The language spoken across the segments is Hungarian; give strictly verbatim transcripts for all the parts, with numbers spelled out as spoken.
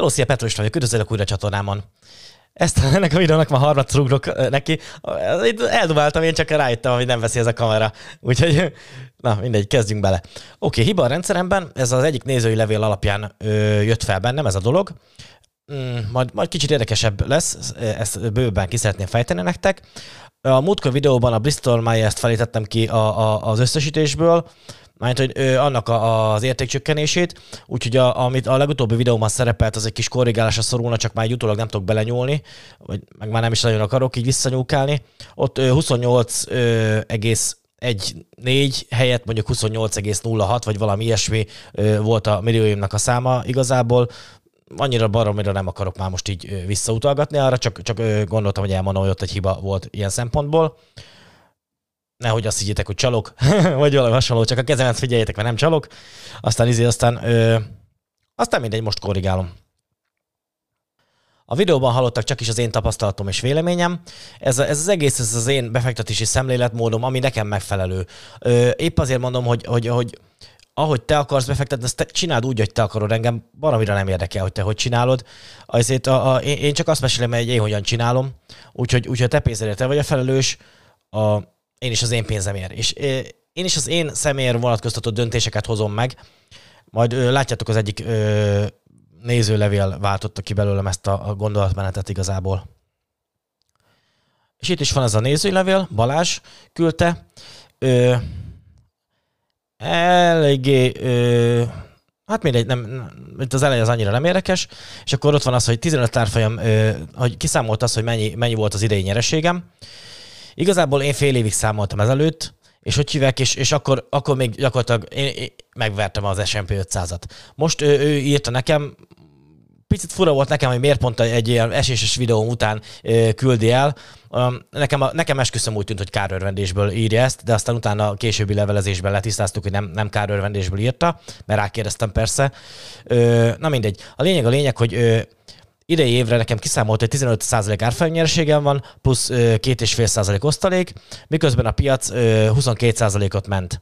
Hello, szia, Petro is vagyok, üdvözlök újra a csatornámon. Ezt ennek a videónak már harmadszor ugrok neki. Eldobáltam, én csak rájöttem, hogy nem veszi ez a kamera. Úgyhogy, na mindegy, kezdjünk bele. Oké, okay, hiba a rendszeremben, ez az egyik nézői levél alapján ö, jött fel bennem ez a dolog. Mm, majd, majd kicsit érdekesebb lesz, ezt bővebben ki szeretném fejteni nektek. A múltkor videóban a Bristol Myers-t felítettem ki a, a, az összesítésből, mert hogy ö, annak a, az értékcsökkenését, úgyhogy a, amit a legutóbbi videóban szerepelt, az egy kis korrigálásra szorulna, csak már utólag nem tudok belenyúlni, vagy meg már nem is nagyon akarok így visszanyúlkálni. Ott ö, huszonnyolc egész tizennégy helyett mondjuk huszonnyolc egész nulla hat, vagy valami ilyesmi ö, volt a millióimnak a száma igazából. Annyira baromira nem akarok már most így visszautalgatni arra, csak, csak gondoltam, hogy elmondom, hogy ott egy hiba volt ilyen szempontból. Nehogy azt higgyétek, hogy csalok, vagy valami hasonló, csak a kezemet figyeljétek, mert nem csalok. Aztán izé, aztán, ö, aztán mindegy, most korrigálom. A videóban hallottak csak is az én tapasztalatom és véleményem. Ez, a, ez az egész, ez az én befektetési szemléletmódom, ami nekem megfelelő. Ö, épp azért mondom, hogy, hogy, hogy ahogy te akarsz befektetni, azt te csináld úgy, hogy te akarod, engem baromira nem érdekel, hogy te hogy csinálod. Azért a, a, én csak azt mesélem, hogy én hogyan csinálom, úgyhogy, úgyhogy te pénzedért te vagy a felelős, a, én is az én pénzemért. És én is az én személyre vonatkoztató döntéseket hozom meg. Majd ö, látjátok, az egyik ö, nézőlevél váltotta ki belőlem ezt a, a gondolatmenetet igazából. És itt is van ez a nézőlevél, Balázs küldte. Ö, eléggé, ö, hát mindegy, nem, nem, az elején az annyira nem érdekes, és akkor ott van az, hogy tizenöt árfolyam, ö, hogy kiszámolt az, hogy mennyi, mennyi volt az idei nyereségem. Igazából én fél évig számoltam ezelőtt, és hogy hívják, és, és akkor, akkor még gyakorlatilag én, én megvertem az es and pé ötszázat. Most ő, ő írta nekem, picit fura volt nekem, hogy miért pont egy ilyen eséses videóm után ö, küldi el. Nekem, a, nekem esküszöm úgy tűnt, hogy kárörvendésből írja ezt, de aztán utána a későbbi levelezésben letisztáztuk, hogy nem, nem kárörvendésből írta, mert rákérdeztem persze. Ö, na mindegy. A lényeg a lényeg, hogy ö, idei évre nekem kiszámolt, hogy tizenöt százalék árfolyamnyereségem van, plusz ö, két egész öt százalék osztalék, miközben a piac ö, huszonkét százalékot ment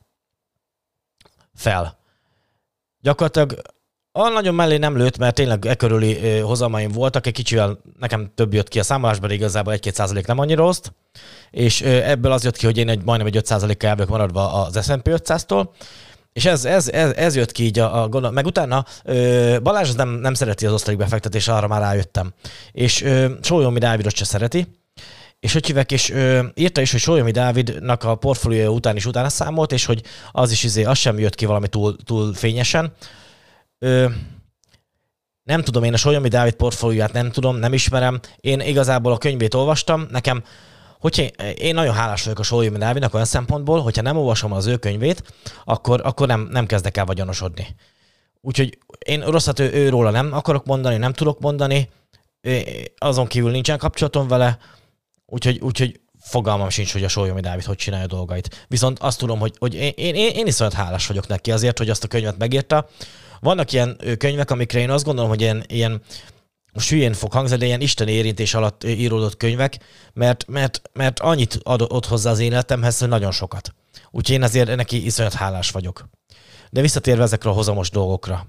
fel. Gyakorlatilag a nagyon mellé nem lőtt, mert tényleg e körüli hozamaim voltak, egy kicsivel nekem több jött ki a számolásban, de igazából egy-két százalék nem annyira oszt, és ebből az jött ki, hogy én egy, majdnem egy öt százalékkal el vagyok maradva az es and pé ötszáztól, és ez, ez, ez, ez jött ki így a, a gondolat. Meg utána ö, Balázs nem, nem szereti az osztalékbefektetést, arra már rájöttem. És ö, Sólyomi Dávidot se szereti, és hogy hívek, és ö, írta is, hogy Sólyomi Dávidnak a portfóliója után is utána számolt, és hogy az is izé, az sem jött ki valami túl, túl fényesen. Ö, nem tudom, én a Sólyomi Dávid portfólióját nem tudom, nem ismerem. Én igazából a könyvét olvastam, nekem, hogyha én nagyon hálás vagyok a Sólyomi Dávidnak olyan szempontból, hogyha nem olvasom az ő könyvét, akkor, akkor nem, nem kezdek el vagyonosodni. Úgyhogy én rosszat ő, őróla nem akarok mondani, nem tudok mondani, azon kívül nincsen kapcsolatom vele, úgyhogy, úgyhogy fogalmam sincs, hogy a Sólyomi Dávid hogy csinálja a dolgait. Viszont azt tudom, hogy, hogy én, én, én is olyan hálás vagyok neki azért, hogy azt a könyvet megírta. Vannak ilyen könyvek, amikre én azt gondolom, hogy ilyen, ilyen most hülyén fog hangzni, de ilyen isteni érintés alatt íródott könyvek, mert, mert, mert annyit adott hozzá az életemhez, hogy nagyon sokat. Úgyhogy én azért neki iszonyat hálás vagyok. De visszatérve ezekre a hozamos dolgokra.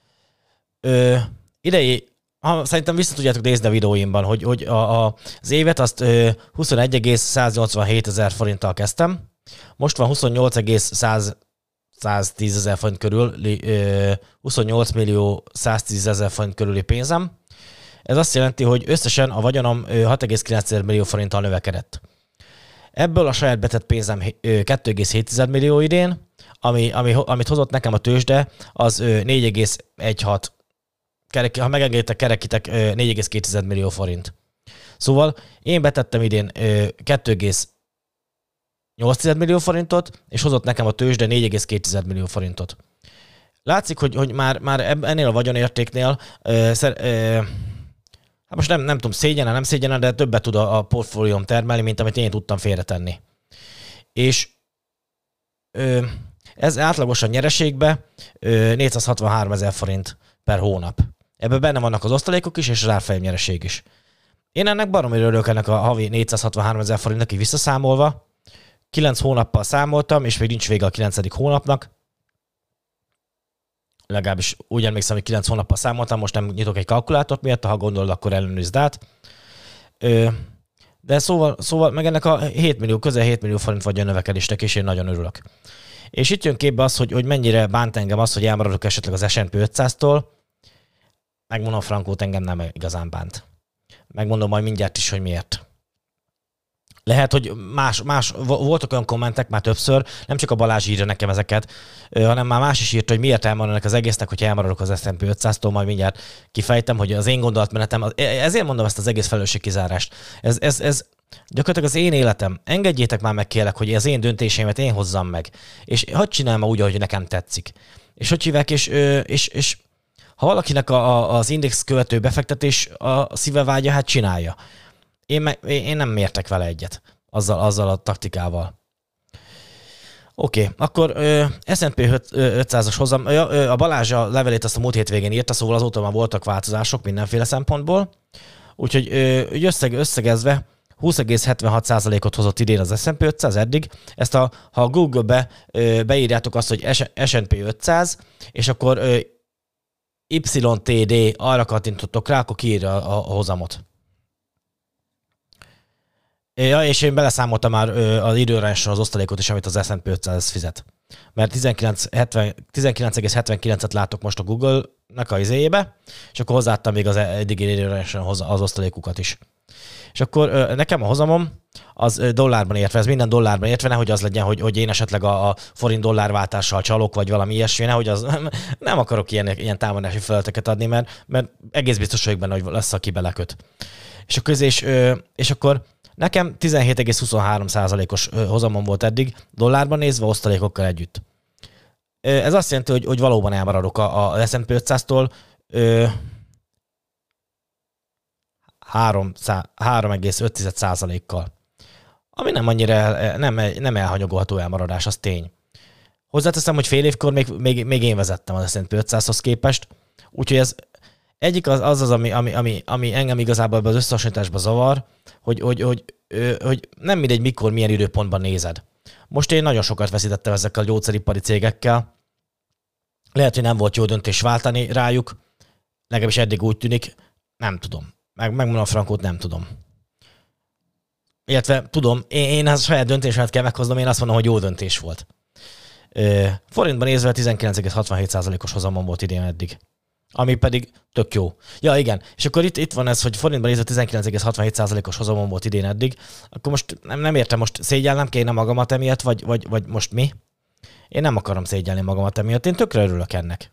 Ö, idei, ha, szerintem vissza tudjátok nézni a videóimban, hogy, hogy a, a, az évet azt huszonegy egész száznyolcvanhét ezer forinttal kezdtem. Most van huszonnyolc egész száztíz ezer forint körül, huszonnyolc millió száztíz ezer forint körüli pénzem. Ez azt jelenti, hogy összesen a vagyonom hat egész kilenc millió forinttal növekedett. Ebből a saját betett pénzem két egész hét millió idén, ami, ami, amit hozott nekem a tőzsde, az négy egész tizenhat, ha megengedtek, kerekítek négy egész két millió forint. Szóval én betettem idén két egész nyolc millió forintot, és hozott nekem a tőzsde négy egész két millió forintot. Látszik, hogy, hogy már, már ennél a vagyonértéknél ö, szer, ö, hát most nem, nem tudom, szégyene, nem szégyene, de többet tud a, a portfólióm termelni, mint amit én tudtam félretenni. És ö, ez átlagosan nyereségbe ö, négyszázhatvanhárom ezer forint per hónap. Ebben benne vannak az osztalékok is, és az árfolyam nyereség is. Én ennek baromira örülök, ennek a havi négyszázhatvanhárom ezer forintnak így visszaszámolva. kilenc hónappal számoltam, és még nincs vége a kilencedik hónapnak. legalábbis úgy emlékszem, hogy kilenc hónappal számoltam, most nem nyitok egy kalkulátort miatt, ha gondolod, akkor ellenőrizd át. Ö, de szóval, szóval meg ennek a hét millió, közel hét millió forint vagy a növekedésnek, és én nagyon örülök. És itt jön képbe az, hogy, hogy mennyire bánt engem az, hogy elmaradok esetleg az es and pé ötszáztól. Megmondom frankót, engem nem igazán bánt. Megmondom majd mindjárt is, hogy miért. Lehet, hogy más, más, voltak olyan kommentek már többször, nem csak a Balázs írja nekem ezeket, hanem már más is írta, hogy miért elmaradnak az egésznek, hogyha elmaradok az es and pé ötszáztól, majd mindjárt kifejtem, hogy az én gondolatmenetem, ezért mondom ezt az egész felelősségkizárást. Ez, ez, ez gyakorlatilag az én életem. Engedjétek már meg, kérlek, hogy az én döntéseimet én hozzam meg. És hadd csináljam úgy, ahogy nekem tetszik. És hogy hívják, és, és, és ha valakinek a, a, az index követő befektetés a szíve vágya, hát csinálja. Én, meg, én nem mértek vele egyet, azzal, azzal a taktikával. Oké, okay, akkor ö, es and pé ötszázas hozam. Ö, a Balázs a levelét azt a múlt hétvégén írta, szóval azóta már voltak változások mindenféle szempontból. Úgyhogy ö, összeg, összegezve húsz egész hetvenhat százalékot hozott idén az es and pé ötszáz eddig. Ezt a, ha a Google-be ö, beírjátok azt, hogy es and pé ötszáz, és akkor ö, Y T D arra kattintottok rá, akkor kiírja a, a hozamot. Ja, és én beleszámoltam már az időrendesen az osztalékot is, amit az es and pé ötszáz fizet. Mert tizenkilenc egész hetvenkilencet látok most a Google-nak a izéjébe, és akkor hozzáadtam még az eddigi időrendesen az osztalékukat is. És akkor nekem a hozamom az dollárban értve, ez minden dollárban értve, nehogy az legyen, hogy, hogy én esetleg a, a forint dollárváltással csalok, vagy valami ilyesmi, nehogy az, nem akarok ilyen, ilyen támadási feladatokat adni, mert, mert egész biztos vagyok benne, hogy lesz, aki beleköt. És akkor, és, és akkor nekem tizenhét egész huszonhárom százalékos hozamom volt eddig, dollárban nézve, osztalékokkal együtt. Ez azt jelenti, hogy, hogy valóban elmaradok a, a es and pé ötszáztól három egész öt százalékkal. Ami nem annyira el, nem, nem elhanyagolható elmaradás, az tény. Hozzáteszem, hogy fél évkor még, még, még én vezettem az es and pé ötszázhoz képest, úgyhogy ez egyik az az, az ami, ami, ami, ami engem igazából az összehasonlításban zavar, hogy, hogy, hogy, hogy nem mindegy, mikor, milyen időpontban nézed. Most én nagyon sokat veszítettem ezekkel a gyógyszeripari cégekkel. Lehet, hogy nem volt jó döntés váltani rájuk, legalábbis eddig úgy tűnik, nem tudom. Meg, megmondom a frankót, nem tudom. Illetve tudom, én, én a saját döntésemet kell meghoznom, én azt mondom, hogy jó döntés volt. Forintban nézve tizenkilenc egész hatvanhét százalékos hozamon volt idén eddig. Ami pedig tök jó. Ja, igen. És akkor itt, itt van ez, hogy forintban nézve tizenkilenc egész hatvanhét százalékos hozamon volt idén eddig. Akkor most nem, nem értem, most szégyellnem kéne magamat emiatt, vagy, vagy, vagy most mi? Én nem akarom szégyelni magamat emiatt, én tökre örülök ennek.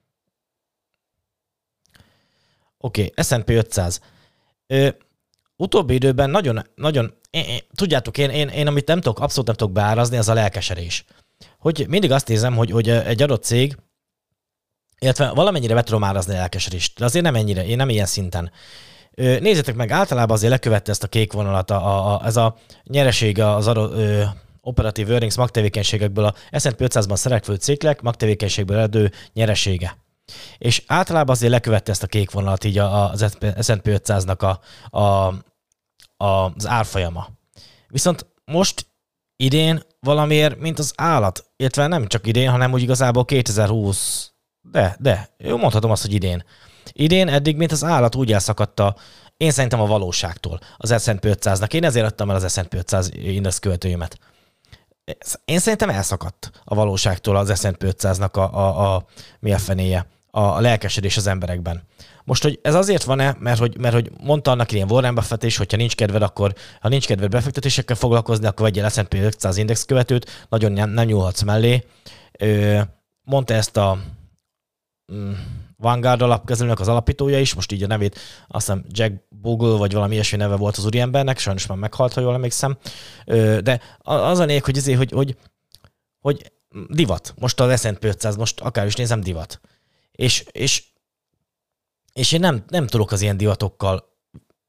Oké, okay, es and pé ötszáz. Ö, utóbbi időben nagyon, nagyon, én, én, tudjátok, én, én, én amit nem tudok, abszolút nem tudok beárazni, az a lelkesedés. Hogy mindig azt nézem, hogy, hogy egy adott cég, illetve valamennyire be tudom árazni a lelkesedést, de azért nem ennyire, én nem ilyen szinten. Ö, nézzétek meg, általában azért lekövette ezt a kék vonalat, a, a, a, ez a nyereség az adott ö, operatív earnings magtevékenységekből, a es and pé ötszázban szereplő cégek magtevékenységből eredő nyeresége. És általában azért lekövette ezt a kék vonalat így az es and pé ötszáznak a, a, a, az árfolyama. Viszont most idén valamiért, mint az állat, illetve nem csak idén, hanem úgy igazából kétezer-húsz, de, de, jó, mondhatom azt, hogy idén. Idén eddig, mint az állat úgy elszakadta, én szerintem a valóságtól az es and pé ötszáznak. Én ezért adtam el az es and pé ötszáz index követőimet. Én szerintem elszakadt a valóságtól az es and pé ötszáznak a, a, a mi a fenéje, a, a lelkesedés az emberekben. Most, hogy ez azért van-e, mert hogy, mert hogy mondta annak ilyen Warren Buffett is, hogyha nincs kedved, akkor ha nincs kedved befektetésekkel foglalkozni, akkor vegyél es and pé ötszáz index követőt, nagyon nem, nem nyúlhatsz mellé. Ö, mondta ezt a mm, Vanguard alapkezelőnek az alapítója is, most így a nevét, azt hiszem Jack Bogle, vagy valami ilyesmi neve volt az úriembernek, sajnos már meghalt, ha jól emlékszem. De az a lényeg, hogy, azért, hogy, hogy, hogy divat. Most az es and pé ötszáz, most akár is nézem, divat. És, és, és én nem, nem tudok az ilyen divatokkal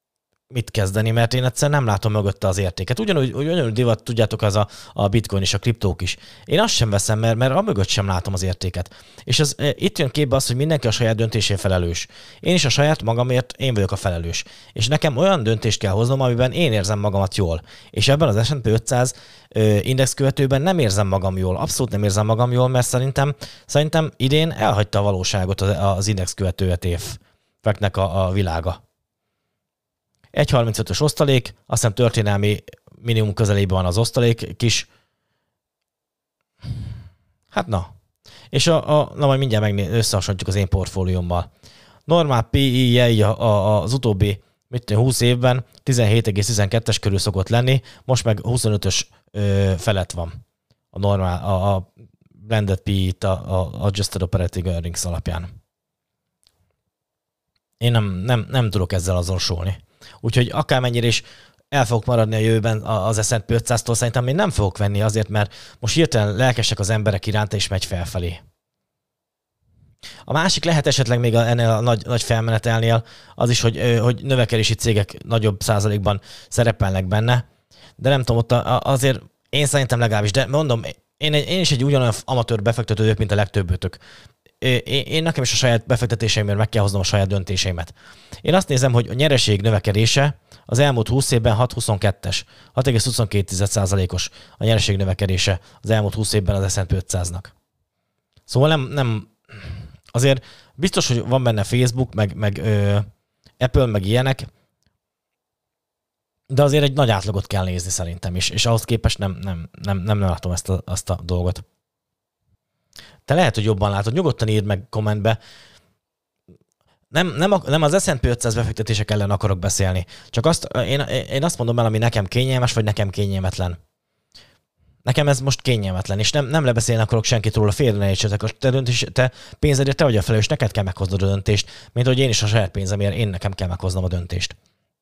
mit kezdeni, mert én egyszerűen nem látom mögötte az értéket. Ugyanúgy, ugyanúgy divat, tudjátok, az a, a bitcoin és a kriptók is. Én azt sem veszem, mert, mert a mögött sem látom az értéket. És az, e, itt jön képbe az, hogy mindenki a saját döntésén felelős. Én is a saját magamért, én vagyok a felelős. És nekem olyan döntést kell hoznom, amiben én érzem magamat jól. És ebben az es and pé ötszáz ö, index követőben nem érzem magam jól. Abszolút nem érzem magam jól, mert szerintem, szerintem idén elhagyta a valóságot az, az index követő é té ef-eknek a, a világa. egy harmincötös osztalék, azt hiszem történelmi minimum közelében van az osztalék kis. Hát na. És a, a, na majd mindjárt megné- összehasonlítjuk az én portfóliómmal. Normál pé i-je a, a, az utóbbi mit húsz évben tizenhét egész tizenkettes körül szokott lenni, most meg huszonötös ö, felett van. A normál, a, a blended pé i-t a, a Adjusted Operating Earnings alapján. Én nem, nem, nem tudok ezzel azonosulni. Úgyhogy akármennyire is el fogok maradni a jövőben az es and pé ötszáztól, szerintem én nem fogok venni azért, mert most hirtelen lelkesek az emberek iránta, és megy felfelé. A másik lehet esetleg még ennél a nagy, nagy felmenetelnél az is, hogy, hogy növekedési cégek nagyobb százalékban szerepelnek benne, de nem tudom, ott azért én szerintem legalábbis, de mondom, én, én is egy ugyanolyan amatőr befektető vagyok, mint a legtöbbötök. Én, én nekem is a saját befektetéseimért meg kell hoznom a saját döntéseimet. Én azt nézem, hogy a nyereség növekedése az elmúlt húsz évben hat egész huszonkettes, hat egész huszonkettő százalékos a nyereség növekedése az elmúlt húsz évben az es and pé ötszáznak. Szóval nem, nem azért biztos, hogy van benne Facebook, meg, meg ö, Apple, meg ilyenek, de azért egy nagy átlagot kell nézni szerintem is, és ahhoz képest nem, nem, nem, nem látom ezt a, azt a dolgot. Te lehet, hogy jobban látod, nyugodtan írd meg kommentbe. Nem, nem, nem az es and pé ötszáz befektetések ellen akarok beszélni. Csak azt, én, én azt mondom el, ami nekem kényelmes, vagy nekem kényelmetlen. Nekem ez most kényelmetlen, és nem, nem lebeszélni akarok senkit róla, félre ne értsetek. Te, döntés, te pénzedért te vagy a felelős, neked kell meghoznod a döntést, mint hogy én is a saját pénzemért, én nekem kell meghoznom a döntést.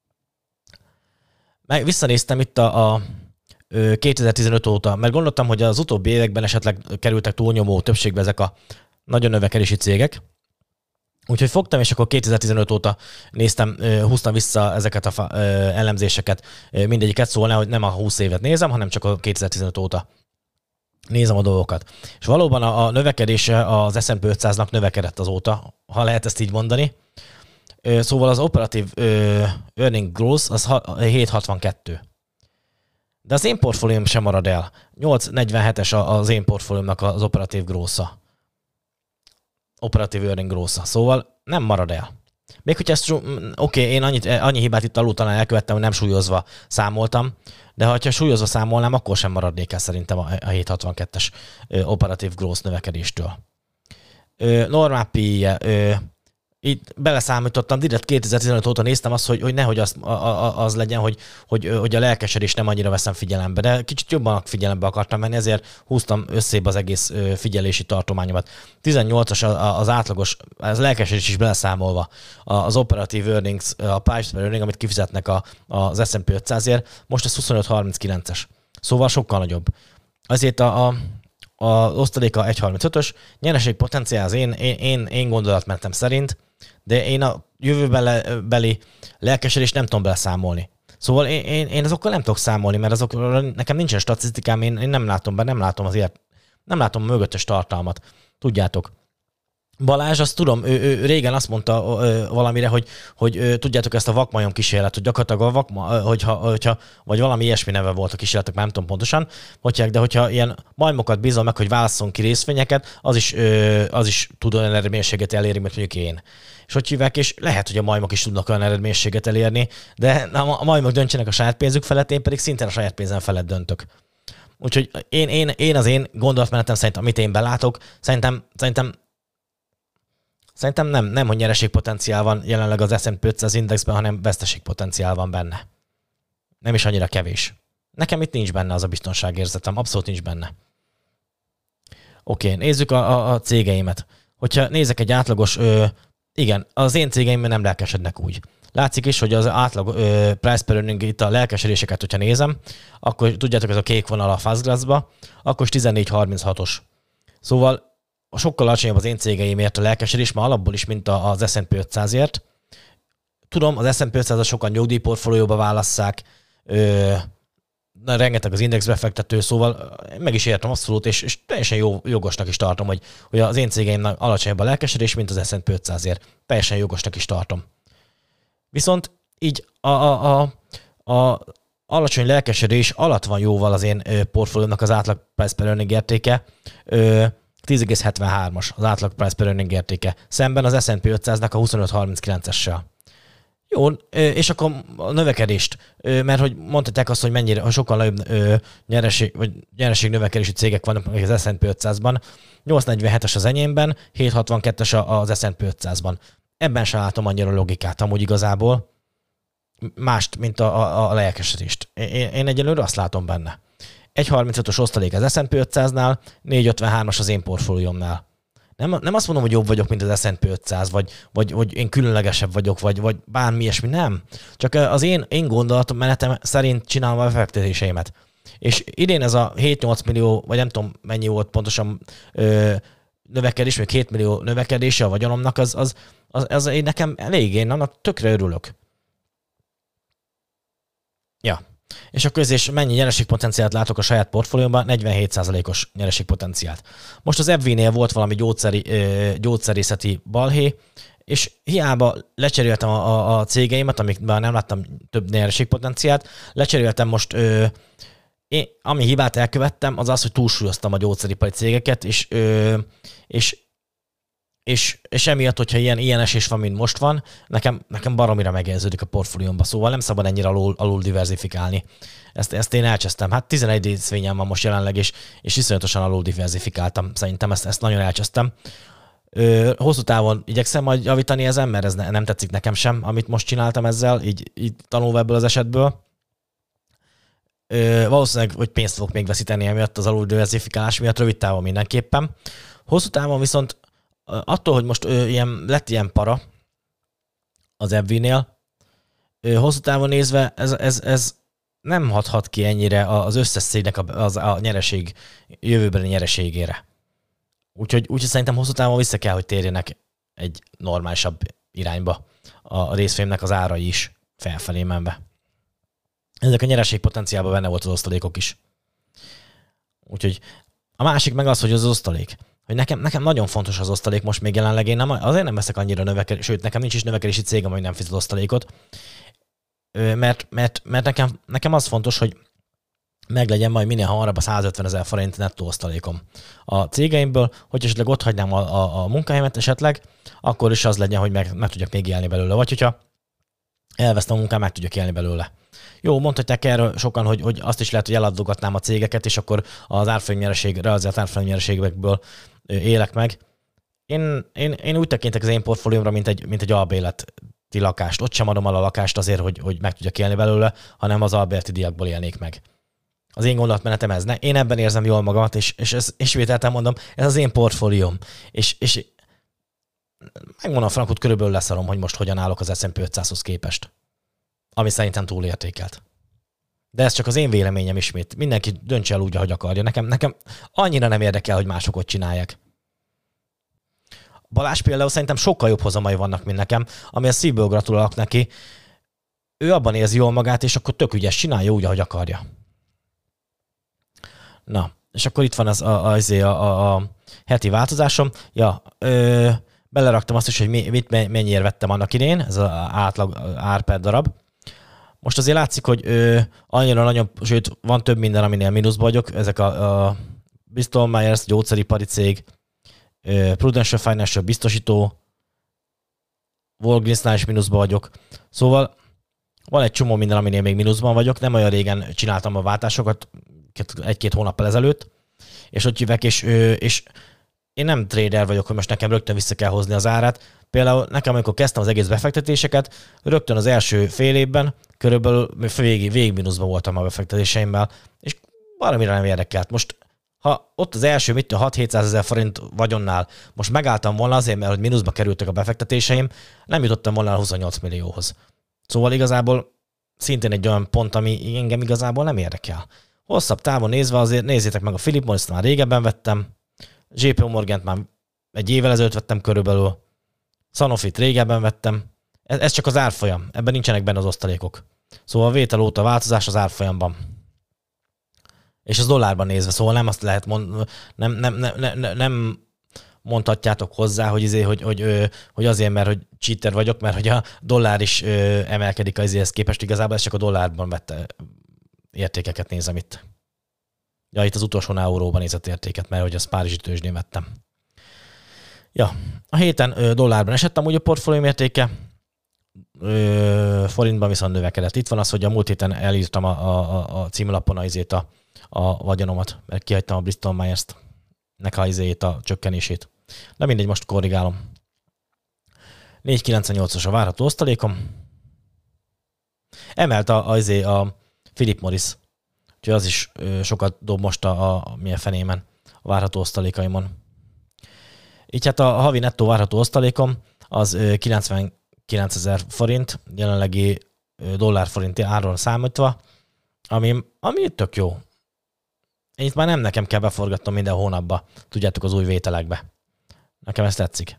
Meg visszanéztem itt a, a kétezer-tizenöt óta, mert gondoltam, hogy az utóbbi években esetleg kerültek túlnyomó többségbe ezek a nagyon növekedési cégek. Úgyhogy fogtam, és akkor kétezer-tizenöt óta néztem, húztam vissza ezeket a elemzéseket, mindegyiket, szóval hogy nem a húsz évet nézem, hanem csak a kétezer-tizenöt óta nézem a dolgokat. És valóban a növekedése az es and pé ötszáznak növekedett azóta, ha lehet ezt így mondani. Szóval az operatív earning growth az hét egész hatvankettő. De az én portfólióm sem marad el. nyolc egész negyvenhetes az én portfóliómnak az operatív growth-a. Operatív earning growth-a. Szóval nem marad el. Még hogyha ezt, oké, okay, én annyit, annyi hibát itt alul talán elkövettem, hogy nem súlyozva számoltam, de ha súlyozva számolnám, akkor sem maradnék el szerintem a hét egész hatvankettes operatív growth növekedéstől. Normál pé i-je, itt beleszámítottam, direkt kétezer-tizenöt óta néztem azt, hogy, hogy nehogy az, az legyen, hogy, hogy, hogy a lelkesedést nem annyira veszem figyelembe, de kicsit jobban figyelembe akartam menni, ezért húztam összébb az egész figyelési tartományomat. tizennyolcas az átlagos, az lelkesedés is beleszámolva, az operatív earnings, a price per earning, amit kifizetnek a, az es and pé ötszázért, most ez huszonöt egész harminckilences. Szóval sokkal nagyobb. Azért a, a az osztaléka egy egész harmincötös, nyereség potenciál az én, én, én, én gondolatmenetem szerint, de én a jövőbeli lelkesedést nem tudom beleszámolni. Szóval én, én, én azokkal nem tudok számolni, mert azok, nekem nincsen statisztikám, én, én nem látom be, nem látom azért, nem látom a mögöttes tartalmat. Tudjátok. Balázs, azt tudom, ő, ő régen azt mondta ö, valamire, hogy, hogy ö, tudjátok ezt a vakmajom kísérlet, hogy gyakorlatilag a vakma, hogyha, hogyha, vagy valami ilyesmi neve volt a kísérletek, nem tudom pontosan, hogy, de hogyha ilyen majmokat bízol meg, hogy válasszon ki részvényeket, az is, ö, az is tud olyan eredményességet elérni, mint mondjuk én. És hogy hívják, és lehet, hogy a majmok is tudnak olyan eredményességet elérni, de a majmok döntsenek a saját pénzük felett, én pedig szintén a saját pénzem felett döntök. Úgyhogy én, én, én az én gondolatmenetem szerint, amit én belátok, szerintem, szerintem Szerintem nem, nem, hogy nyereségpotenciál van jelenleg az es and pé ötszáz indexben, hanem veszteségpotenciál van benne. Nem is annyira kevés. Nekem itt nincs benne az a biztonságérzetem, abszolút nincs benne. Oké, okay, nézzük a, a, a cégeimet. Hogyha nézek egy átlagos, ö, igen, az én cégeimben nem lelkesednek úgy. Látszik is, hogy az átlag ö, price per earning, itt a lelkesedéseket, hogyha nézem, akkor tudjátok, ez a kék vonal a Fastgraphs-ba, akkor is tizennégy egész harminchatos. Szóval sokkal alacsonyabb az én cégeimért a lelkesedés, már alapból is, mint az es and pé ötszázért. tudom, az es and pé ötszázat sokan nyugdíjportfólióba válasszák, ö, na, rengeteg az indexbefektető, szóval meg is értem abszolút, és, és teljesen jó, jogosnak is tartom, hogy, hogy az én cégeimnek alacsonyabb a lelkesedés, mint az es and pé ötszázért. Teljesen jogosnak is tartom. Viszont így a, a, a, a alacsony lelkesedés alatt van jóval az én portfóliómnak az átlag price per earning értéke, tíz egész hetvenhármas az átlag price per earning értéke, szemben az es and pé ötszáznak a huszonöt harminckilencessel. Jó, és akkor a növekedést, mert hogy mondták azt, hogy mennyire, ha sokkal nagyobb nyereség, vagy nyereség növekedési cégek vannak az es and pé ötszázban, nyolc negyvenhetes az enyémben, hét hatvankettes az es and pé ötszázban. Ebben sem látom annyira logikát amúgy igazából, mást, mint a, a, a lelkesedést. Én, én egyelőre azt látom benne. egy harmincötös osztalék az es and pé ötszáznál, négy ötvenhármas az én portfóliómnál. Nem, nem azt mondom, hogy jobb vagyok, mint az es and pé ötszáz, vagy, vagy, vagy én különlegesebb vagyok, vagy, vagy bármi ilyesmi, nem. Csak az én, én gondolatmenetem szerint csinálom a befektetéseimet. És idén ez a hét-nyolc millió, vagy nem tudom mennyi volt pontosan ö, növekedés, még két millió növekedése a vagyonomnak, az, az, az, az én nekem elég, én annak tökre örülök. Ja. És akkor és mennyi nyereségpotenciált látok a saját portfóliómban? negyvenhét százalékos nyereségpotenciált. Most az Ebvinél volt valami gyógyszeri, gyógyszerészeti balhé, és hiába lecseréltem a, a, a cégeimet, amikben nem láttam több nyereségpotenciált, lecseréltem most, ö, én, ami hibát elkövettem, az az, hogy túlsúlyoztam a gyógyszeripari cégeket, és, ö, és És, és emiatt, hogyha ilyen, ilyen esés van, mint most van, nekem, nekem baromira megérződik a portfóliómba, szóval nem szabad ennyire alul, alul diversifikálni. Ezt, ezt én elcsesztem. Hát tizenegy részvényem van most jelenleg, és, és iszonyatosan alul diversifikáltam. Szerintem ezt, ezt nagyon elcsesztem. Ö, hosszú távon igyekszem majd javítani ezen, mert ez ne, nem tetszik nekem sem, amit most csináltam ezzel, így, így tanulva ebből az esetből. Ö, valószínűleg, hogy pénzt fogok még veszíteni emiatt az alul diversifikálás miatt, rövid távon mindenképpen. Hosszú távon viszont attól, hogy most ö, ilyen, lett ilyen para az Ebvinél, hosszú távon nézve ez, ez, ez nem hathat ki ennyire az összes cégnek a, az, a nyereség, jövőbeli nyereségére. Úgyhogy, úgyhogy szerintem hosszú távon vissza kell, hogy térjenek egy normálisabb irányba a részvénynek az árai is felfelé menve. Ezek a nyereségpotenciálban benne volt az osztalékok is. Úgyhogy a másik meg az, hogy az osztalék. Hogy nekem, nekem nagyon fontos az osztalék most még jelenleg, én nem, azért nem veszek annyira növekedés, sőt, nekem nincs is növekedési cégem, hogy nem fizet osztalékot, mert, mert, mert nekem, nekem az fontos, hogy meglegyen majd minél hamarabb a százötvenezer forint nettó osztalékom a cégeimből, hogy esetleg ott hagynám a, a, a munkahelyemet esetleg, akkor is az legyen, hogy meg, meg tudjak még élni belőle, vagy hogyha elvesztem a munkám, meg tudjak élni belőle. Jó, mondhatják erről sokan, hogy, hogy azt is lehet, hogy eladogatnám a cégeket, és akkor az árfolyamnyereség, realizált árfolyamnyereségekből élek meg. Én, én, én úgy tekintek az én portfóliómra, mint egy, mint egy albérleti lakást. Ott sem adom el a lakást azért, hogy, hogy meg tudjak élni belőle, hanem az albérleti díjakból élnék meg. Az én gondolatmenetem ez. Ne, én ebben érzem jól magamat, és, és ezt ismételten mondom, ez az én portfólióm. És, és megmondom frankot, körülbelül leszarom, hogy most hogyan állok az es and pé ötszázhoz képest. Ami szerintem túlértékelt. De ez csak az én véleményem ismét. Mindenki döntse el úgy, ahogy akarja. Nekem, nekem annyira nem érdekel, hogy mások ott csinálják. Balázs például szerintem sokkal jobb hozamai vannak, mint nekem, ami a szívből gratulálok neki. Ő abban érzi jól magát, és akkor tök ügyes, csinálja úgy, ahogy akarja. Na, és akkor itt van az a, a, a, a, a heti változásom. Ja, ö, beleraktam azt is, hogy mit, mennyiért vettem annak idén, ez az átlag ár per darab. Most azért látszik, hogy ö, annyira nagyon, sőt, van több minden, aminél mínuszban vagyok. Ezek a, a Bristol Myers, gyógyszeripari cég, ö, Prudential Financial biztosító, Walgreensnál is mínuszban vagyok. Szóval van egy csomó minden, aminél még mínuszban vagyok. Nem olyan régen csináltam a váltásokat, egy-két hónappal ezelőtt, és ott jövök, és, ö, és én nem trader vagyok, hogy most nekem rögtön vissza kell hozni az árát. Például nekem, amikor kezdtem az egész befektetéseket, rögtön az első fél évben körülbelül végig, végig mínuszban voltam a befektetéseimmel, és valamire nem érdekelt. Most, ha ott az első mit hat-hétszázezer forint vagyonnál most megálltam volna azért, mert hogy mínuszba kerültek a befektetéseim, nem jutottam volna a huszonnyolc millióhoz. Szóval igazából szintén egy olyan pont, ami engem igazából nem érdekel. Hosszabb távon nézve azért nézzétek meg a Philip Morris-t, már régebben vettem, jé pé Morgant már egy évvel ezelőtt vettem körülbelül, Sanofit régebben vettem, Ez, ez csak az árfolyam, ebben nincsenek benne az osztalékok. Szóval a vétel óta változás az árfolyamban. És az dollárban nézve, szóval nem azt lehet mondani, nem, nem, nem, nem, nem mondhatjátok hozzá, hogy, izé, hogy, hogy, hogy azért, mert hogy cheater vagyok, mert hogy a dollár is emelkedik az képest, igazából ez csak a dollárban vette értékeket nézem itt. Ja, itt az utolsó euróban nézett értéket, mert hogy az Párizsi tőzsdén vettem. Ja, a héten ö, dollárban esett amúgy a portfólióm értéke, ö, forintban viszont növekedett. Itt van az, hogy a múlt héten elírtam a, a, a címlapon a, izét a, a vagyonomat, mert kihagytam a Bristol Myers-t, nek a, izét, a csökkenését. De mindegy, most korrigálom. négy kilencvennyolcas a várható osztalékom. Emelt a, a, a, a Philip Morris, úgyhogy az is ö, sokat dob most a, a milyen fenémen a várható osztalékaimon. Így hát a, a havi nettó várható osztalékom az ö, kilencvenkilencezer forint, jelenlegi ö, dollár-forinti áron számítva, ami, ami tök jó. Itt már nem nekem kell beforgatnom minden hónapba, tudjátok, az új vételekbe. Nekem ez tetszik.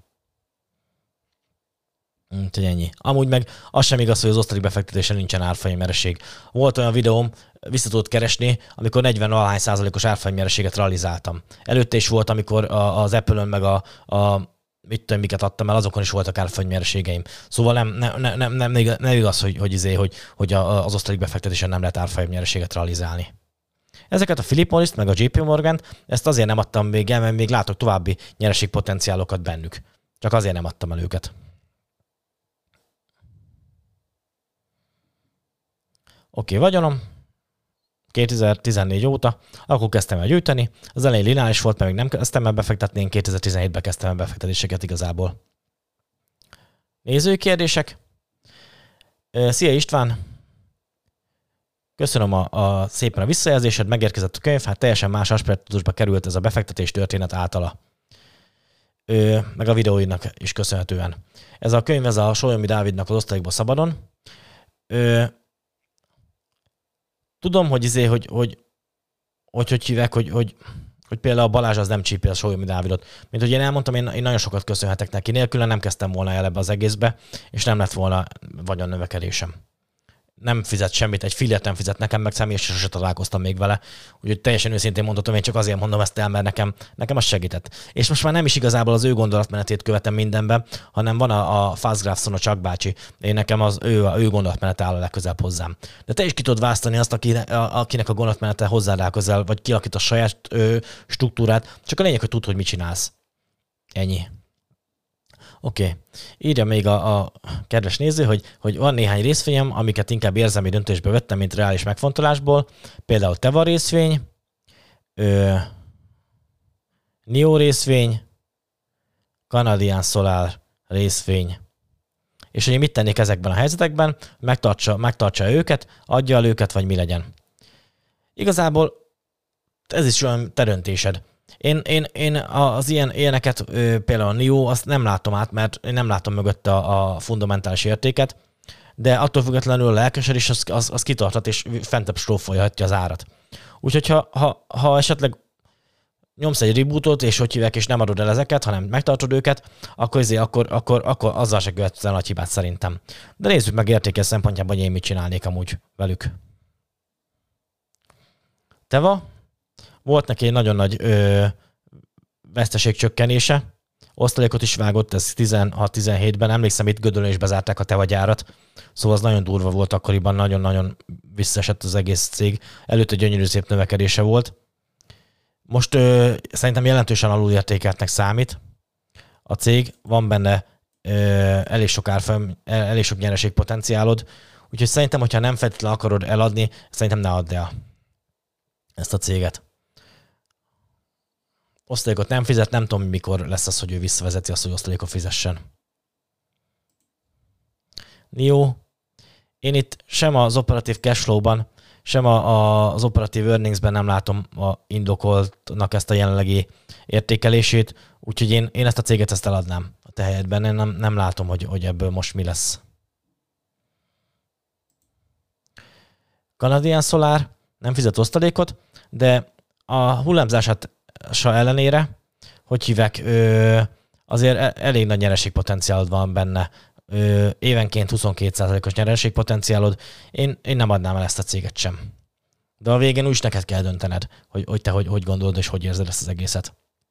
Úgyhogy ennyi. Amúgy meg az sem igaz, hogy az osztalék befektetésen nincsen árfolyamnyereség. Volt olyan videóm, vissza tudod keresni, amikor negyven valahány százalékos árfolyamnyereséget realizáltam. Előtte is volt, amikor az Apple-ön meg a, a mit tudom, miket adtam el, azokon is voltak árfolyamnyereségeim. Szóval nem, nem, nem, nem, nem, nem igaz, hogy, hogy, izé, hogy, hogy az osztalék befektetésen nem lehet árfolyamnyereséget realizálni. Ezeket a Philip Morris-t meg a jé pé Morgan-t, ezt azért nem adtam még el, mert még látok további nyereségpotenciálokat bennük. Csak azért nem adtam el őket. Oké, okay, vagyonom. kétezer-tizennégy óta, akkor kezdtem el gyűjteni. Az elején lineáris volt, mert még nem kezdtem el befektetni, én kétezer-tizenhétben kezdtem el befektetéseket igazából. Nézői kérdések. Szia István! Köszönöm a, a szépen a visszajelzésed, megérkezett a könyv, hát teljesen más aspektusba került ez a befektetés történet általa. Ö, meg a videóinak is köszönhetően. Ez a könyv, ez a Sólyomi Dávidnak az Osztalékból szabadon. Ö, tudom, hogy izé, hogy hogy hogy, hogy hívják, hogy, hogy, hogy például a Balázs az nem csípi a Sólyomi Dávidot. Mint hogy én elmondtam, én, én nagyon sokat köszönhetek neki. Nélküle nem kezdtem volna el ebbe az egészbe, és nem lett volna vagyon növekedésem. Nem fizet semmit, egy fillért nem fizet nekem, meg személyesen sose találkoztam még vele. Úgyhogy teljesen őszintén mondhatom, én csak azért mondom ezt el, mert nekem, nekem az segített. És most már nem is igazából az ő gondolatmenetét követem mindenben, hanem van a, a Fastgraphson, a Chuck bácsi. Én nekem az ő, ő gondolatmenete áll a legközelebb hozzám. De te is ki tudod választani azt, aki, a, akinek a gondolatmenete hozzád áll közel, vagy kialakít a saját ö, struktúrát. Csak a lényeg, hogy tudd, hogy mit csinálsz. Ennyi. Oké. Okay. Írja még a, a kedves néző, hogy, hogy van néhány részvényem, amiket inkább érzelmi döntésbe vettem, mint reális megfontolásból. Például Teva részvény, ö, Nio részvény, Canadian Solar részvény. És hogy mit tennék ezekben a helyzetekben, megtartsa, megtartsa őket, adja el őket, vagy mi legyen. Igazából ez is olyan te döntésed. Én, én, én az ilyen, ilyeneket, például a Nio, azt nem látom át, mert én nem látom mögötte a, a fundamentális értéket, de attól függetlenül a lelkesedés az, az, az kitartat, és fentebb strófolhatja az árat. Úgyhogy ha, ha, ha esetleg nyomsz egy rebootot, és hogy hívják, és nem adod el ezeket, hanem megtartod őket, akkor, azért, akkor, akkor, akkor azzal se követsz el nagy hibát szerintem. De nézzük meg értékes szempontjában, hogy én mit csinálnék amúgy velük. Teva? Volt neki egy nagyon nagy ö, veszteségcsökkenése. Osztalékot is vágott, ez tizenhat-tizenhétben. Emlékszem, itt Gödöllön is bezárták a Teva gyárat. Szóval az nagyon durva volt akkoriban, nagyon-nagyon visszaesett az egész cég. Előtte gyönyörű szép növekedése volt. Most ö, szerintem jelentősen alulértékeltnek számít a cég. Van benne ö, elég sok árfolyam, elég sok nyereségpotenciálod. Úgyhogy szerintem, hogyha nem feltétlenül akarod eladni, szerintem ne add el ezt a céget. Osztalékot nem fizet, nem tudom, mikor lesz az, hogy ő visszavezeti azt, hogy osztalékot fizessen. Nio. Én itt sem az operatív cashflow-ban, sem a, a, az operatív earningsben nem látom a indokoltnak ezt a jelenlegi értékelését, úgyhogy én, én ezt a céget ezt eladnám a te helyedben. Én nem, nem látom, hogy, hogy ebből most mi lesz. Canadian Solar nem fizet osztalékot, de a hullámzását ellenére, hogy hívják, ö, azért elég nagy nyereségpotenciálod van benne. ö, évenként huszonkettő százalékos nyereségpotenciálod, én, én nem adnám el ezt a céget sem. De a végén úgyis neked kell döntened, hogy, hogy te hogy, hogy gondolod és hogy érzed ezt az egészet.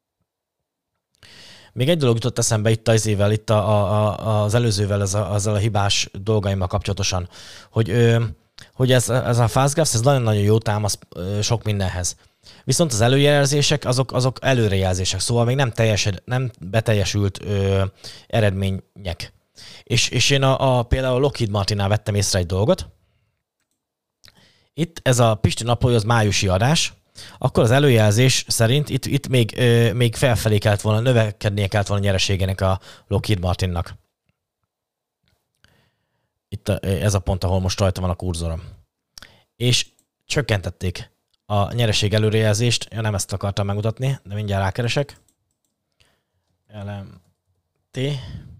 Még egy dolog jutott eszembe itt az évvel, itt a, a, az előzővel, ez a, azzal a hibás dolgaimmal kapcsolatosan, hogy, ö, hogy ez, ez a FastGraphs, ez nagyon-nagyon jó támasz ö, sok mindenhez. Viszont az előjelzések, azok, azok előrejelzések, szóval még nem, teljes, nem beteljesült ö, eredmények. És, és én a, a, például a Lockheed Martinnál vettem észre egy dolgot. Itt ez a Pisti naplója, az májusi adás, akkor az előjelzés szerint itt, itt még, ö, még felfelé kellett volna, növekednie kellett volna a nyereségének a Lockheed Martinnak. Itt a, ez a pont, ahol most rajta van a kurzorom. És csökkentették a nyereség előrejelzést. Ja, nem ezt akartam megmutatni, de mindjárt rákeresek. el em té.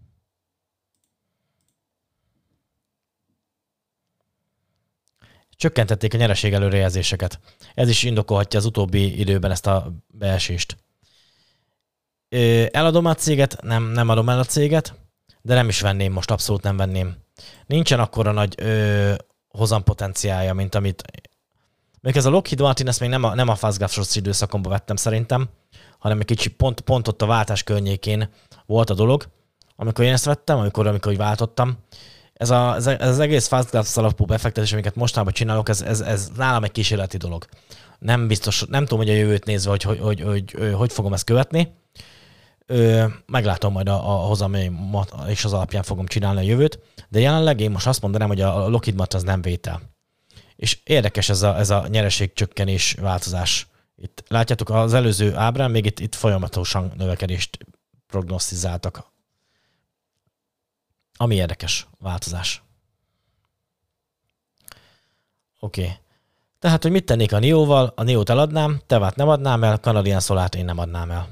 Csökkentették a nyereség előrejelzéseket. Ez is indokolhatja az utóbbi időben ezt a beesést. Eladom a céget? Nem, nem adom el a céget, de nem is venném most, abszolút nem venném. Nincsen akkora nagy ö, hozampotenciálja, mint amit... Még ez a Lockheed Martin, ezt még nem a, nem a FastGraphs időszakomban vettem szerintem, hanem egy kicsi pont, pont ott a váltás környékén volt a dolog, amikor én ezt vettem, amikor, amikor váltottam. Ez, a, ez, ez az egész FastGraphs alapú befektetés, amiket mostanában csinálok, ez, ez, ez nálam egy kísérleti dolog. Nem biztos, nem tudom, hogy a jövőt nézve, hogy hogy, hogy, hogy, hogy, hogy fogom ezt követni. Ö, meglátom majd a, a hozamaimat, és az alapján fogom csinálni a jövőt, de jelenleg én most azt mondanám, hogy a Lockheed Martin az nem vétel. És érdekes ez a, ez a nyereségcsökkenés változás. Itt látjátok, az előző ábrán még itt, itt folyamatosan növekedést prognosztizáltak. Ami érdekes változás. Oké. Okay. Tehát, hogy mit tennék a Nióval? A Niót eladnám, Tevát nem adnám el, Canadian Solart én nem adnám el.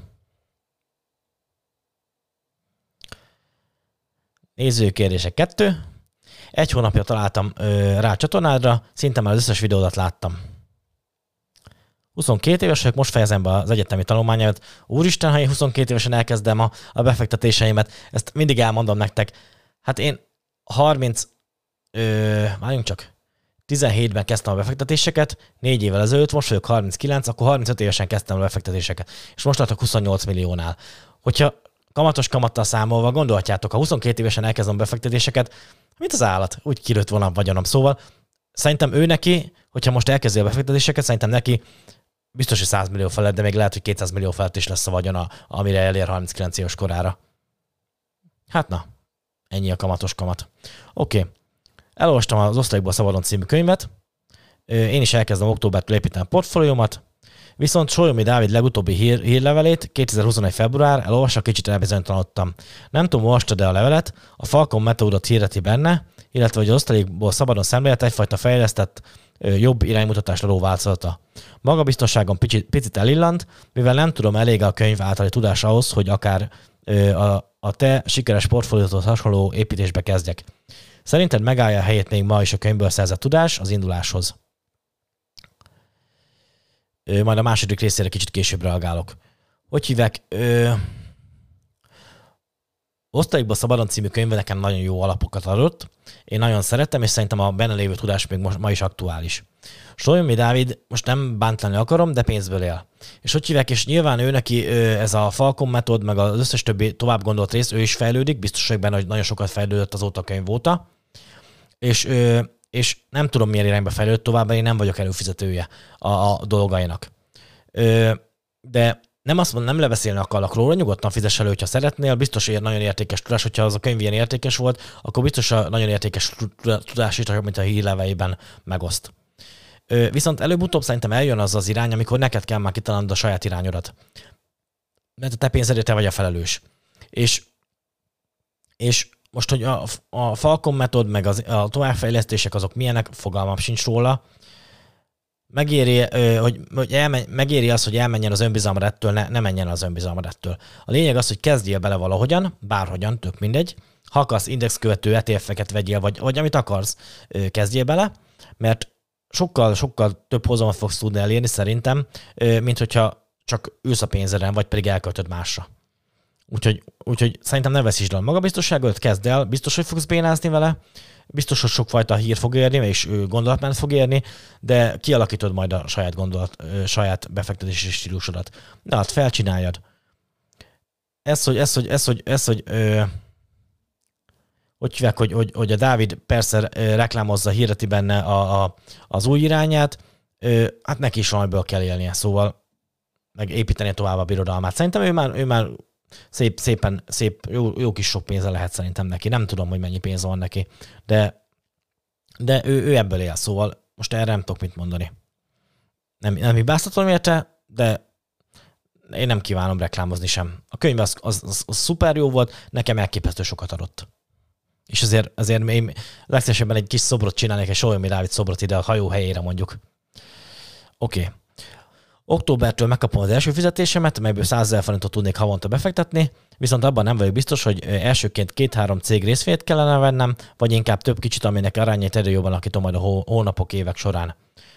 Nézőkérdések kettő. Egy hónapja találtam ö, rá a csatornádra, szinte már az összes videódat láttam. huszonkét éves vagyok, most fejezem be az egyetemi tanulmányomat. Úristen, ha én huszonkét évesen elkezdem a, a befektetéseimet, ezt mindig elmondom nektek. Hát én harminc, ö, várjunk csak, tizenhétben kezdtem a befektetéseket, négy évvel ezelőtt, most vagyok harminckilenc, akkor harmincöt évesen kezdtem a befektetéseket, és most tartok huszonnyolc milliónál. Hogyha kamatos kamattal számolva gondolhatjátok, ha huszonkét évesen elkezdem a befektetéseket, mint az állat, úgy kilőtt volna a vagyonom. Szóval szerintem ő neki, hogyha most elkezdi a befektetéseket, szerintem neki biztos, hogy száz millió felett, de még lehet, hogy kétszáz millió felett is lesz a vagyona, amire elér harminckilenc éves korára. Hát na, ennyi a kamatos kamat. Oké, okay. Elolvastam az Osztalékból szabadon című könyvet, én is elkezdem októbertől építeni a portfóliómat, viszont Sólyomi Dávid legutóbbi hír, hírlevelét, kétezer-huszonegy február, elolvasva kicsit elbizonytalanodtam. Nem tudom, olvastad-e a levelet, a Falcon metódot hirdeti benne, illetve hogy az osztalékból szabadon szemlélet egyfajta fejlesztett, jobb iránymutatásra való változata. Magabiztosságom picit, picit elillant, mivel nem tudom elég a könyv általi tudás ahhoz, hogy akár a, a te sikeres portfólióthoz hasonló építésbe kezdjek. Szerinted megállja a helyét még ma is a könyvből szerzett tudás az induláshoz? Ö, majd a második részére kicsit később reagálok. Hogy hívják? Ö... Osztalékból szabadon című könyve nekem nagyon jó alapokat adott. Én nagyon szerettem, és szerintem a benne lévő tudás még most, ma is aktuális. Sólyomi Dávid, most nem bántani akarom, de pénzből él. És hogy hívják, és nyilván ő neki ez a Falcon metód, meg az összes többi tovább gondolt rész, ő is fejlődik, biztos vagyok benne, hogy nagyon sokat fejlődött azóta a könyv óta. És, és nem tudom, milyen irányba fejlődött tovább, én nem vagyok előfizetője a, a dolgainak. De nem azt mondom, nem lebeszélni akarlak róla, nyugodtan fizess elő, hogyha szeretnél, biztos, hogy nagyon értékes tudás, hogyha az a könyv ilyen értékes volt, akkor biztos a nagyon értékes tudás is, mint a hírleveleiben megoszt. Viszont előbb-utóbb szerintem eljön az az irány, amikor neked kell már kitalálnod a saját irányodat. Mert a te pénzedért te vagy a felelős. És, és most, hogy a, a Falcon metód, meg az, a továbbfejlesztések azok milyenek, fogalmam sincs róla. Megéri, hogy, hogy elmen, megéri az, hogy elmenjen az önbizalmad ettől, ne, ne menjen az önbizalmad ettől. A lényeg az, hogy kezdjél bele valahogyan, bárhogyan, tök mindegy. Ha akarsz indexkövető é té ef-eket vegyél, vagy, vagy amit akarsz, kezdjél bele, mert sokkal, sokkal több hozamot fogsz tudni elérni szerintem, mint hogyha csak ülsz a pénzeden, vagy pedig elköltöd másra. Úgyhogy, úgyhogy szerintem ne veszítsd el a magabiztosságot, kezd el, biztos, hogy fogsz bénázni vele, biztos, hogy sokfajta hír fog érni, és gondolatment fog érni, de kialakítod majd a saját gondolat, saját befektetési stílusodat. De hát felcsináljad. Ez, hogy, ez, hogy, ez, hogy, ez, hogy ö, hogy hívják, hogy, hogy, hogy a Dávid persze reklámozza, hirdeti benne a, a, az új irányát, ö, hát neki is valamiből kell élnie, szóval meg építeni tovább a birodalmát. Szerintem ő már, ő már szép, szépen, szép, jó, jó kis sok pénze lehet szerintem neki. Nem tudom, hogy mennyi pénz van neki, de, de ő, ő ebből él, szóval most erre nem tudok mit mondani. Nem, nem hibáztatom érte, de én nem kívánom reklámozni sem. A könyv az, az, az, az szuper jó volt, nekem elképesztő sokat adott. És azért, azért én legszívesebben egy kis szobrot csinálnék, egy Sólyom Dávid szobrot ide a hajó helyére mondjuk. Oké. Okay. Októbertől megkapom az első fizetésemet, melyből százezer forintot tudnék havonta befektetni, viszont abban nem vagyok biztos, hogy elsőként két-három cég részvényt kellene vennem, vagy inkább több kicsit, aminek arányait erő jobban alakítom majd a hónapok, évek során.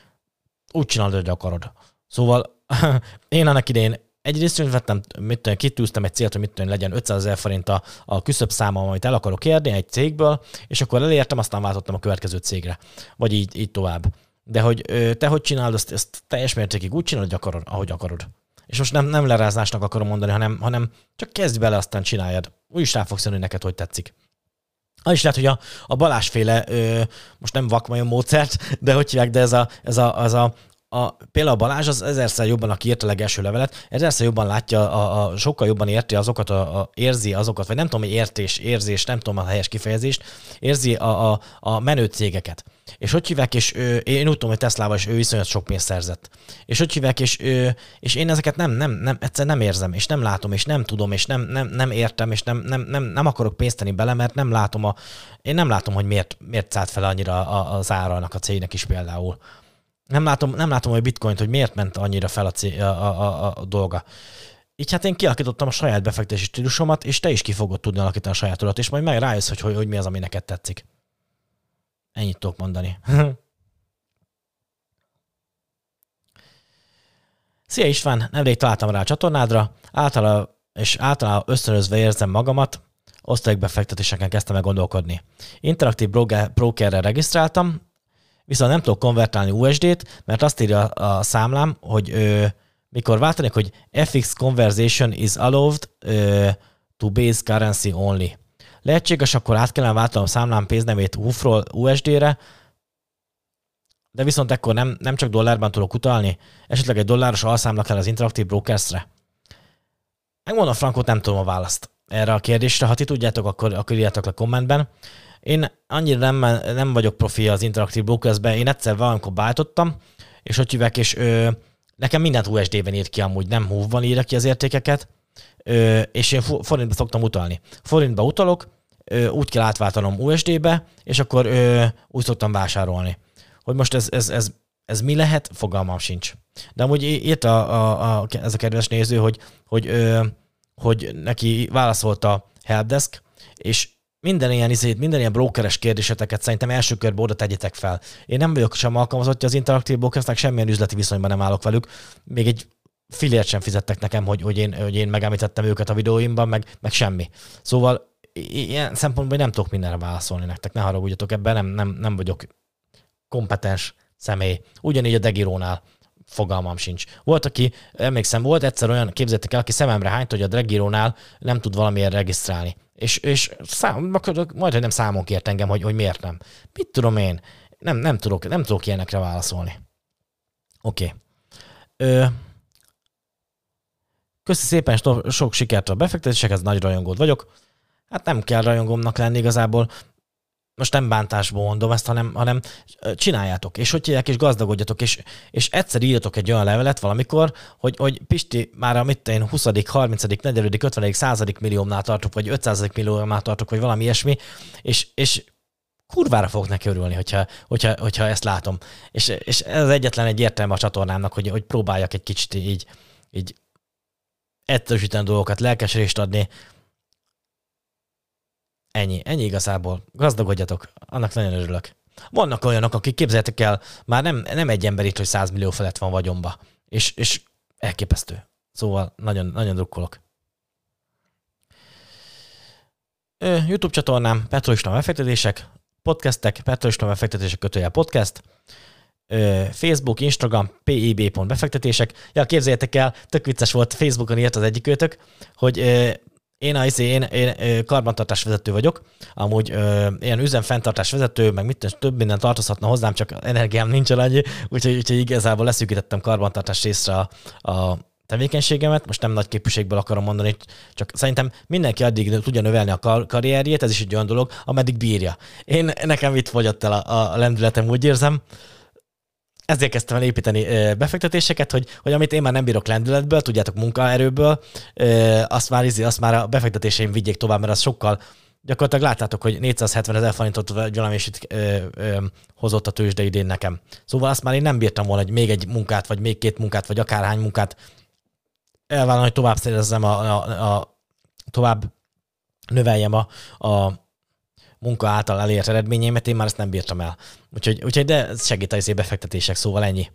Úgy csinálod, hogy akarod. Szóval én annak idején egy részvényt vettem, mit tudom, kitűztem egy célt, hogy mit tudom, legyen ötszázezer forint a, a küszöbb számom, amit el akarok érni egy cégből, és akkor elértem, aztán váltottam a következő cégre. Vagy így, így tovább. De hogy te hogy csinálod, ezt, ezt teljes mértékig úgy csinálod, hogy akarod, ahogy akarod. És most nem, nem lerázásnak akarom mondani, hanem, hanem csak kezdj bele, aztán csináljad. Úgyis rá fogsz jönni neked, hogy tetszik. Az is lehet, hogy a, a Balázsféle, ö, most nem vakmajon módszert, de hogy hívják, de ez a, ez a, az a A, például a Balázs az ezerszer jobban, aki írta a legelső levelet, ezerszer jobban látja, a, a, sokkal jobban érti azokat, a, a, érzi azokat, vagy nem tudom, hogy értés, érzés, nem tudom a helyes kifejezést, érzi a, a, a menő cégeket. És hogy hívják, és ő, én úgy tudom, hogy Teslával is ő viszonylag sok pénzt szerzett. És hogy hívják, és, ő, és én ezeket nem, nem, nem, egyszer nem érzem, és nem látom, és nem tudom, és nem, nem, nem értem, és nem, nem, nem, nem akarok pénzt tenni bele, mert nem látom, a, én nem látom, hogy miért, miért szállt fel annyira az ára annak a cégnek is például. Nem látom, nem látom, hogy bitcoint, hogy miért ment annyira fel a, cé- a, a, a, a dolga. Így hát én kialakítottam a saját befektetési stílusomat, és te is ki fogod tudni alakítani a sajátodat, és majd meg rájössz, hogy, hogy, hogy mi az, ami neked tetszik. Ennyit tudok mondani. Szia István, nemrég találtam rá a csatornádra, általában és általában ösztönözve érzem magamat, osztalékbefektetéseken kezdtem el gondolkodni. Interaktív brokerrel regisztráltam, viszont nem tudok konvertálni u es dét, mert azt írja a számlám, hogy ö, mikor váltanék, hogy ef iksz conversion is allowed ö, to base currency only. Lehetséges, akkor át kellene váltanom a számlám pénznevét u ef ról u es dére, de viszont ekkor nem, nem csak dollárban tudok utalni, esetleg egy dolláros alszámla kell az Interactive Brokersre. Megmondom frankot, nem tudom a választ erre a kérdésre. Ha ti tudjátok, akkor, akkor írjátok le kommentben. Én annyira nem, nem vagyok profi az Interactive Brokersben, én egyszer valamikor beállítottam, és hogy hívják, és ö, nekem mindent u es dében írt ki amúgy, nem húvban írja ki az értékeket, ö, és én forintba szoktam utalni. Forintba utalok, ö, úgy kell átváltanom u es dé-be, és akkor ö, úgy szoktam vásárolni. Hogy most ez, ez, ez, ez mi lehet, fogalmam sincs. De amúgy írt a, a, a, ez a kedves néző, hogy, hogy, ö, hogy neki válaszolt a helpdesk, és minden ilyen izét, minden ilyen brokeres kérdéseteket szerintem első körben oda tegyetek fel. Én nem vagyok sem alkalmazottja az Interactive Brokersnek, semmilyen üzleti viszonyban nem állok velük. Még egy fillért sem fizettek nekem, hogy, hogy, én, hogy én megemlítettem őket a videóimban, meg, meg semmi. Szóval ilyen szempontból nem tudok mindenre válaszolni nektek, ne haragudjatok ebben, nem, nem, nem vagyok kompetens személy. Ugyanígy a Degirónál fogalmam sincs. Volt, aki, emlékszem, volt egyszer olyan, képzeljétek el, aki szememre hányt, hogy a Degirónál nem tud valamiért regisztrálni. És, és szám, majd, hogy nem számon kért engem, hogy, hogy miért nem. Mit tudom én? Nem, nem, tudok, nem tudok ilyenekre válaszolni. Oké. Okay. Köszi szépen, sok sikert a befektetésekhez, nagy rajongód vagyok. Hát nem kell rajongómnak lenni igazából. Most nem bántásból mondom ezt, hanem, hanem csináljátok, és hogy hívják, és gazdagodjatok, és, és egyszer írjatok egy olyan levelet valamikor, hogy, hogy Pisti, már a mit én huszadik, harmincadik, negyedik, ötvenedik, századik milliómnál tartok, vagy ötszázadik milliómnál tartok, vagy valami ilyesmi, és, és kurvára fogok neki örülni, hogyha, hogyha, hogyha ezt látom. És, és ez az egyetlen egy értelme a csatornámnak, hogy, hogy próbáljak egy kicsit így, így egyszerűsíteni dolgokat, lelkesedést adni. Ennyi, ennyi igazából. Gazdagodjatok, annak nagyon örülök. Vannak olyanok, akik képzeljétek el, már nem, nem egy ember itt, hogy száz millió felett van vagyonba. És, és elképesztő. Szóval nagyon, nagyon drukkolok. YouTube csatornám, Petró István befektetések, podcastek, Petró István befektetések kötőjel podcast, Facebook, Instagram, pib.befektetések. Ja, képzeljétek el, tök vicces volt, Facebookon írt az egyik őtök, hogy én, a, én, én karbantartás vezető vagyok, amúgy ö, ilyen üzemfenntartás vezető, meg mit, több minden tartozhatna hozzám, csak energiám nincs annyi, úgyhogy, úgyhogy igazából leszűkítettem karbantartás részre a, a tevékenységemet. Most nem nagy képviségből akarom mondani, csak szerintem mindenki addig tudja növelni a kar- karrierjét, ez is egy olyan dolog, ameddig bírja. Én, nekem itt fogyott el a, a lendületem, úgy érzem. Ezért kezdtem el építeni befektetéseket, hogy, hogy amit én már nem bírok lendületből, tudjátok, munkaerőből, azt már, azt már a befektetéseim vigyék tovább, mert az sokkal, gyakorlatilag láttátok, hogy négyszázhetvenezer forintot valami is itt ö, ö, hozott a tőzsde idén nekem. Szóval azt már én nem bírtam volna, hogy még egy munkát, vagy még két munkát, vagy akárhány munkát elvállalni, hogy tovább szerezzem a, a, a tovább növeljem a, a munka által elért eredményeimet, én már ezt nem bírtam el. Úgyhogy, úgyhogy de segít a befektetések, szóval ennyi.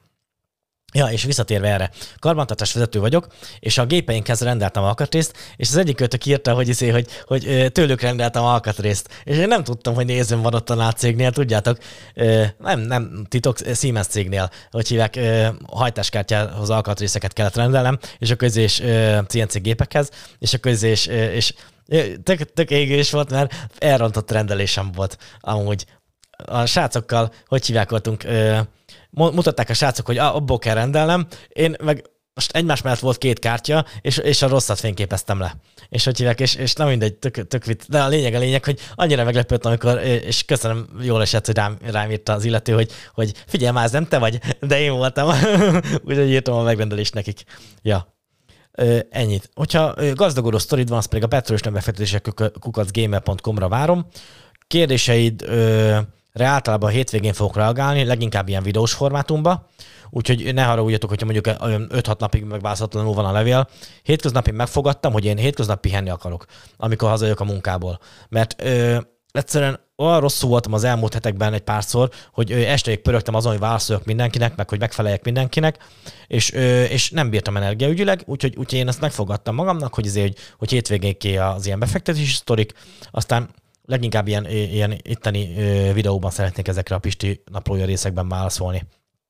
Ja, és visszatérve erre, karbantartás vezető vagyok, és a gépeinkhez rendeltem alkatrészt, és az egyik kötök írta, hogy, izé, hogy, hogy tőlük rendeltem alkatrészt, és én nem tudtam, hogy nézőm van ott a NÁD cégnél, tudjátok, nem, nem titok, Siemens cégnél, hogy hívják, hajtáskártyához alkatrészeket kellett rendelnem, és a közés cé en cé gépekhez, és a közés, és tök, tök égős volt, mert elrontott rendelésem volt amúgy. A srácokkal, hogy hívják, voltunk, mutatták a srácok, hogy abból kell rendelnem, én meg most egymás mellett volt két kártya, és, és a rosszat fényképeztem le. És hogy hívják, és, és nem mindegy, tök, tök vitt. De a lényeg a lényeg, hogy annyira meglepődtem, amikor, és köszönöm, jól esett, hogy rám, rám írta az illető, hogy, hogy figyelj már, ez nem te vagy, de én voltam. Úgyhogy írtam a megrendelést nekik. Ja. Ö, ennyit. Hogyha gazdagodó sztorid van, az pedig a Petró István befektetések kukac gmail pont com-ra várom. Kérdéseid ö, re általában a hétvégén fogok reagálni, leginkább ilyen videós formátumba, úgyhogy ne haragudjatok, hogyha mondjuk öt-hat napig megválaszolatlanul van a levél. Hétköznapi megfogadtam, hogy én hétköznap pihenni akarok, amikor hazajövök a munkából. Mert ö, egyszerűen olyan rosszul voltam az elmúlt hetekben egy párszor, hogy ö, estéig pörögtem azon, hogy válaszoljak mindenkinek, meg hogy megfeleljek mindenkinek, és, ö, és nem bírtam energiaügyileg, úgyhogy, úgyhogy én ezt megfogadtam magamnak, hogy, azért, hogy, hogy hétvégénké az ilyen befektetési sztorik, aztán leginkább ilyen, ilyen itteni videóban szeretnék ezekre a Pisti naplója részekben válaszolni.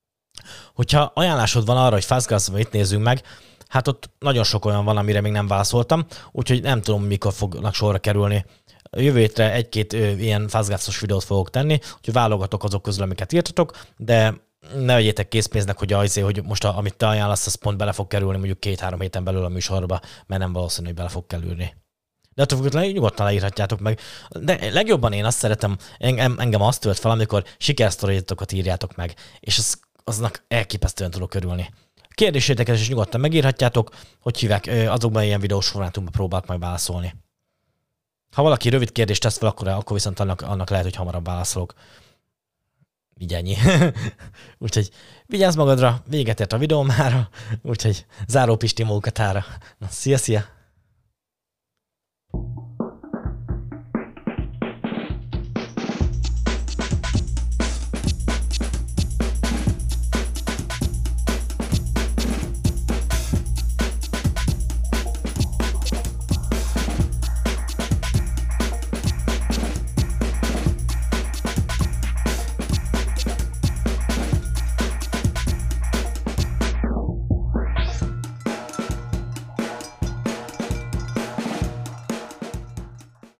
Hogyha ajánlásod van arra, hogy Fastgasban itt nézzünk meg, hát ott nagyon sok olyan van, amire még nem válaszoltam, úgyhogy nem tudom, mikor fognak sorra kerülni. Jövő hétre egy-két ilyen Fastgasos videót fogok tenni, úgyhogy válogatok azok közül, amiket írtatok, de ne vegyétek készpénznek, hogy, azért, hogy most a, amit te ajánlasz, az pont bele fog kerülni mondjuk két-három héten belül a műsorba, mert nem valószínű, hogy bele fog kerülni. De attól függetlenül nyugodtan leírhatjátok meg. De legjobban én azt szeretem, engem, engem azt tölt fel, amikor sikersztoritokat írjátok meg, és az, aznak elképesztően tudok örülni. Kérdéséteket is nyugodtan megírhatjátok, hogy hívják, azokban ilyen videós formátumban próbált majd válaszolni. Ha valaki rövid kérdést tesz fel, akkor, akkor viszont annak, annak lehet, hogy hamarabb válaszolok. Így ennyi. Úgyhogy vigyázz magadra, véget ért a videó mára, úgyhogy záró Pisti mókatára. Na, szia, szia!